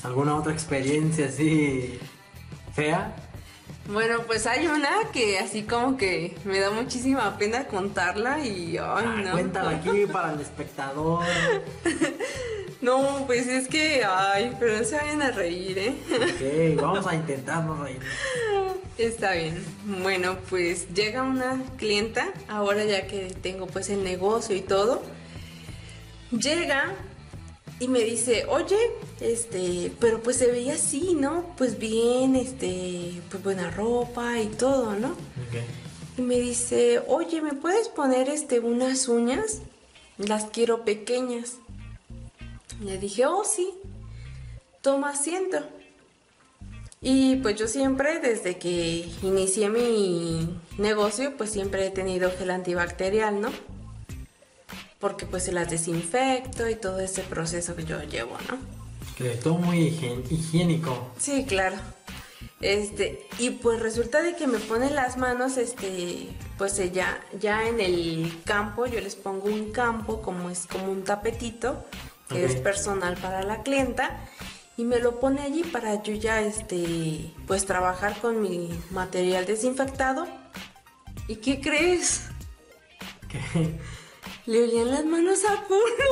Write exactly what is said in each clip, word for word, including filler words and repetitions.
¿Alguna otra experiencia así fea? Bueno, pues hay una que así como que me da muchísima pena contarla y... Ay, Ah, no. cuéntala aquí para el espectador. No, pues es que... Ay, pero no se vayan a reír, ¿eh? Ok, vamos a intentar no reír. Está bien. Bueno, pues llega una clienta, ahora ya que tengo pues el negocio y todo. Llega y me dice, oye, este, pero pues se veía así, ¿no? Pues bien, este, pues buena ropa y todo, ¿no? Ok. Y me dice, oye, ¿me puedes poner este unas uñas? Las quiero pequeñas. Le dije, oh, sí, toma asiento. Y pues yo siempre, desde que inicié mi negocio, pues siempre he tenido gel antibacterial, ¿no? Porque pues se las desinfecto y todo ese proceso que yo llevo, ¿no? Que todo muy higien- higiénico. Sí, claro. Este, y pues resulta de que me ponen las manos, este, pues eh, ya, ya en el campo, yo les pongo un campo, como es como un tapetito, que Ok. es personal para la clienta, y me lo pone allí para yo ya, este, pues trabajar con mi material desinfectado. ¿Y qué crees? ¿Qué? Le olían las manos a culo.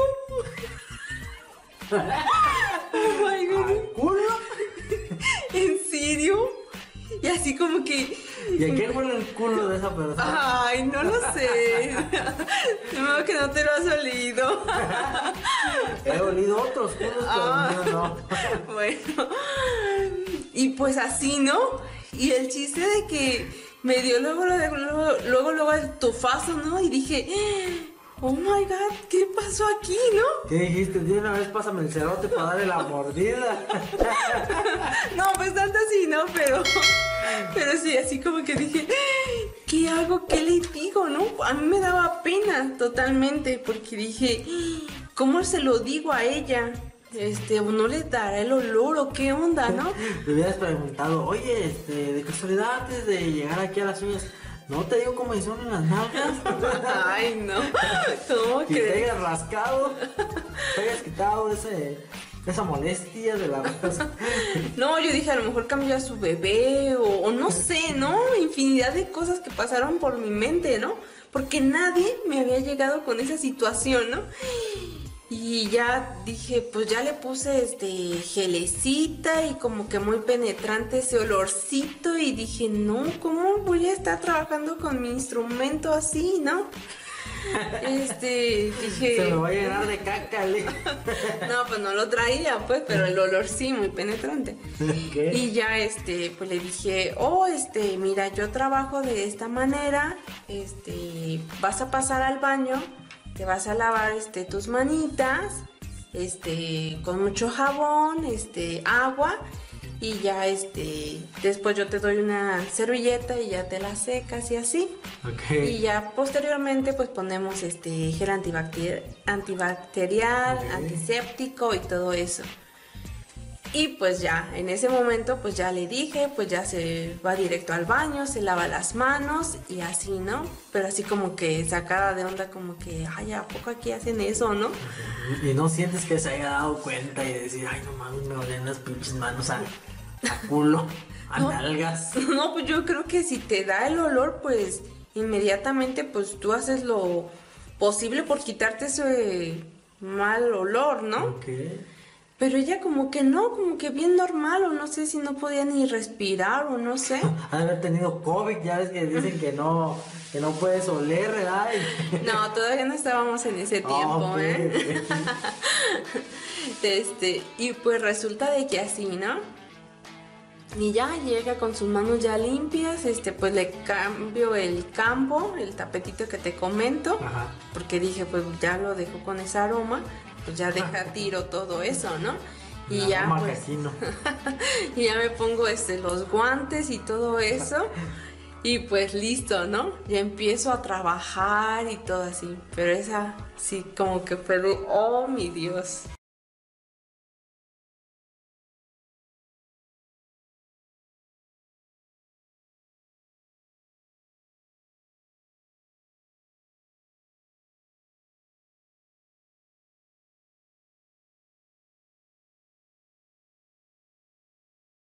Oh my God. ¿Al culo? ¿En serio? Y así como que... ¿Y a qué huele el culo de esa persona? Ay, no lo sé. De modo que no te lo has olido. He olido otros culos, pero Ah. el mío no. Bueno. Y pues así, ¿no? Y el chiste de que me dio luego, luego, luego, luego, luego el tufazo, ¿no? Y dije, oh my God, ¿qué pasó aquí, no? ¿Qué dijiste? De una vez pásame el cerote para darle la mordida. No, pues tanto así, ¿no? Pero, pero sí, así como que dije, ¿qué hago? ¿Qué le digo, no? A mí me daba pena totalmente porque dije, ¿cómo se lo digo a ella? Este, ¿no le dará el olor o qué onda, no? Le hubieras preguntado, oye, este, de casualidad antes de llegar aquí a las uñas, ¿no te digo cómo son en las nalgas? Ay, no. ¿Cómo Que te crees? hayas rascado, te hayas quitado ese, esa molestia de la raza. No, yo dije, a lo mejor cambió a su bebé o, o no sé, ¿no? Infinidad de cosas que pasaron por mi mente, ¿no? Porque nadie me había llegado con esa situación, ¿no? Y ya dije, pues ya le puse este gelecita y como que muy penetrante ese olorcito y dije, no, ¿cómo voy a estar trabajando con mi instrumento así, no? Este, dije... Se me va a llenar de caca, le. No, pues no lo traía, pues, pero el olor sí, muy penetrante. ¿Qué? Y ya, este, pues le dije, oh, este, mira, yo trabajo de esta manera, este, vas a pasar al baño, te vas a lavar, este, tus manitas, este, con mucho jabón, este, agua, y ya, este, después yo te doy una servilleta y ya te la secas y así. Ok. Y ya posteriormente pues ponemos este gel antibacter- antibacterial, Ok. antiséptico y todo eso. Y pues ya, en ese momento pues ya le dije, pues ya se va directo al baño, se lava las manos y así, ¿no? Pero así como que sacada de onda, como que, ay, ¿a poco aquí hacen eso, no? Y no sientes que se haya dado cuenta y decir, ay, no mames, me olían las pinches manos a, a culo, a No. nalgas. No, pues yo creo que si te da el olor, pues inmediatamente pues tú haces lo posible por quitarte ese mal olor, ¿no? Ok. Pero ella como que no, como que bien normal, o no sé si no podía ni respirar, o no sé. Ha de haber tenido COVID, ya ves que dicen que no, que no puedes oler, ¿verdad? Y- No, todavía no estábamos en ese tiempo, Ah, ok, ¿eh? ok. Este, y pues resulta de que así, ¿no? Y ya llega con sus manos ya limpias, este, pues le cambio el campo, el tapetito que te comento, Ajá. porque dije, pues ya lo dejo con ese aroma, pues ya deja tiro todo eso, ¿no? Y Un ya aroma pues, casino. y ya me pongo este los guantes y todo eso. Y pues listo, ¿no? Ya empiezo a trabajar y todo así. Pero esa sí como que fue de, oh mi Dios.